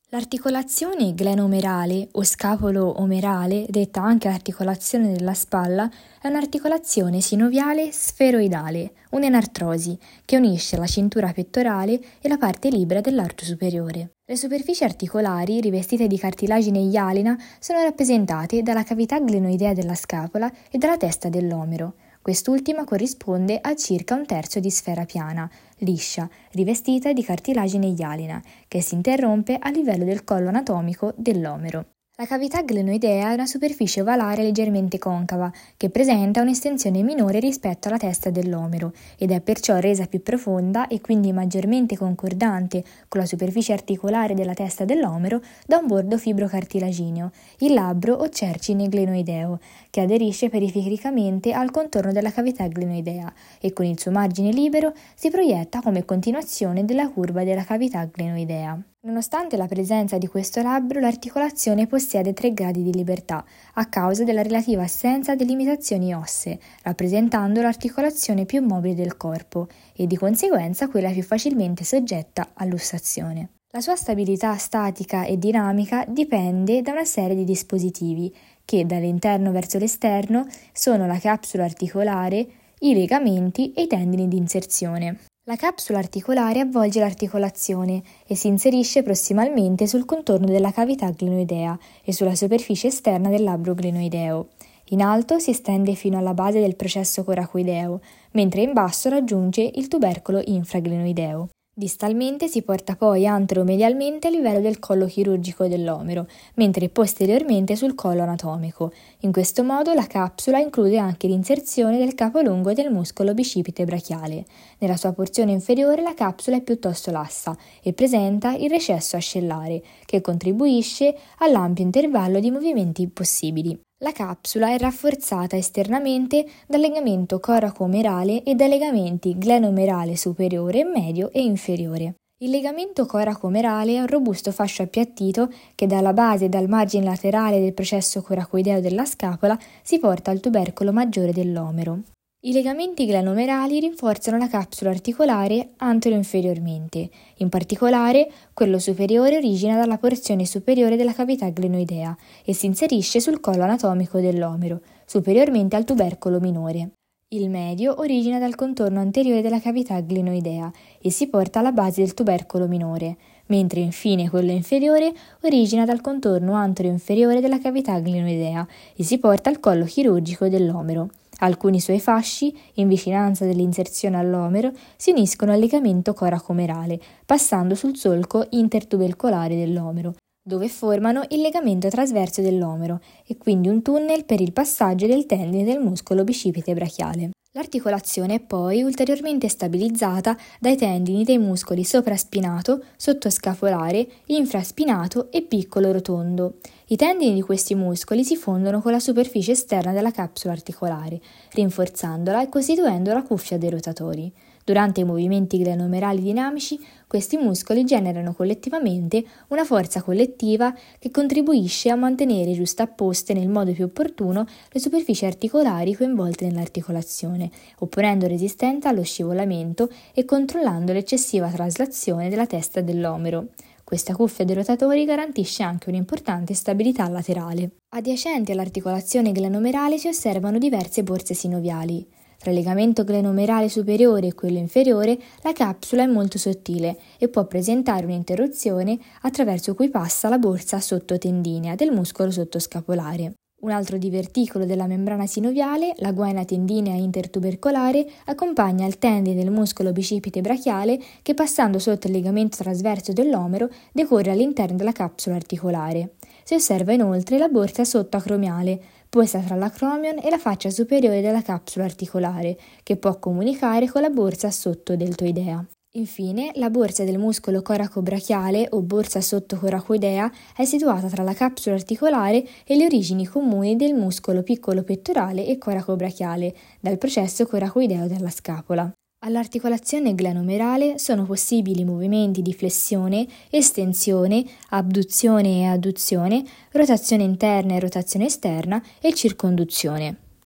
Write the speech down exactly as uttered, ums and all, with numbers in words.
L'articolazione glenomerale o scapolo-omerale, detta anche articolazione della spalla, è un'articolazione sinoviale sferoidale, un'enartrosi, che unisce la cintura pettorale e la parte libera dell'arto superiore. Le superfici articolari, rivestite di cartilagine ialina, sono rappresentate dalla cavità glenoidea della scapola e dalla testa dell'omero. Quest'ultima corrisponde a circa un terzo di sfera piana, liscia, rivestita di cartilagine ialina, che si interrompe a livello del collo anatomico dell'omero. La cavità glenoidea è una superficie ovalare leggermente concava, che presenta un'estensione minore rispetto alla testa dell'omero ed è perciò resa più profonda e quindi maggiormente concordante con la superficie articolare della testa dell'omero da un bordo fibrocartilagineo, il labbro o cercine glenoideo, che aderisce perifericamente al contorno della cavità glenoidea e con il suo margine libero si proietta come continuazione della curva della cavità glenoidea. Nonostante la presenza di questo labbro, l'articolazione possiede tre gradi di libertà, a causa della relativa assenza di limitazioni ossee, rappresentando l'articolazione più mobile del corpo e di conseguenza quella più facilmente soggetta a lussazione. La sua stabilità statica e dinamica dipende da una serie di dispositivi che, dall'interno verso l'esterno, sono la capsula articolare, i legamenti e i tendini di inserzione. La capsula articolare avvolge l'articolazione e si inserisce prossimalmente sul contorno della cavità glenoidea e sulla superficie esterna del labbro glenoideo. In alto si estende fino alla base del processo coracoideo, mentre in basso raggiunge il tubercolo infraglenoideo. Distalmente si porta poi anteromedialmente a livello del collo chirurgico dell'omero, mentre posteriormente sul collo anatomico. In questo modo la capsula include anche l'inserzione del capolungo del muscolo bicipite brachiale. Nella sua porzione inferiore la capsula è piuttosto lassa e presenta il recesso ascellare, che contribuisce all'ampio intervallo di movimenti possibili. La capsula è rafforzata esternamente dal legamento coraco-omerale e dai legamenti glenomerale superiore, medio e inferiore. Il legamento coraco-omerale è un robusto fascio appiattito che dalla base e dal margine laterale del processo coracoideo della scapola si porta al tubercolo maggiore dell'omero. I legamenti glenomerali rinforzano la capsula articolare antero-inferiormente. In particolare, quello superiore origina dalla porzione superiore della cavità glenoidea e si inserisce sul collo anatomico dell'omero, superiormente al tubercolo minore. Il medio origina dal contorno anteriore della cavità glenoidea e si porta alla base del tubercolo minore, mentre infine quello inferiore origina dal contorno antero-inferiore della cavità glenoidea e si porta al collo chirurgico dell'omero. Alcuni suoi fasci, in vicinanza dell'inserzione all'omero, si uniscono al legamento coraco-omerale, passando sul solco intertubercolare dell'omero, dove formano il legamento trasverso dell'omero e quindi un tunnel per il passaggio del tendine del muscolo bicipite brachiale. L'articolazione è poi ulteriormente stabilizzata dai tendini dei muscoli sovraspinato, sottoscapolare, infraspinato e piccolo rotondo. I tendini di questi muscoli si fondono con la superficie esterna della capsula articolare, rinforzandola e costituendo la cuffia dei rotatori. Durante i movimenti glenomerali dinamici, questi muscoli generano collettivamente una forza collettiva che contribuisce a mantenere giustapposte nel modo più opportuno le superfici articolari coinvolte nell'articolazione, opponendo resistenza allo scivolamento e controllando l'eccessiva traslazione della testa dell'omero. Questa cuffia dei rotatori garantisce anche un'importante stabilità laterale. Adiacenti all'articolazione glenomerale si osservano diverse borse sinoviali. Tra il legamento glenomerale superiore e quello inferiore, la capsula è molto sottile e può presentare un'interruzione attraverso cui passa la borsa sottotendinea del muscolo sottoscapolare. Un altro diverticolo della membrana sinoviale, la guaina tendinea intertubercolare, accompagna il tendine del muscolo bicipite brachiale che, passando sotto il legamento trasverso dell'omero, decorre all'interno della capsula articolare. Si osserva inoltre la borsa sottacromiale, posta tra l'acromion e la faccia superiore della capsula articolare, che può comunicare con la borsa sottodeltoidea. Infine, la borsa del muscolo coraco-brachiale o borsa sottocoracoidea è situata tra la capsula articolare e le origini comuni del muscolo piccolo pettorale e coraco-brachiale, dal processo coracoideo della scapola. All'articolazione glenomerale sono possibili movimenti di flessione, estensione, abduzione e adduzione, rotazione interna e rotazione esterna e circonduzione.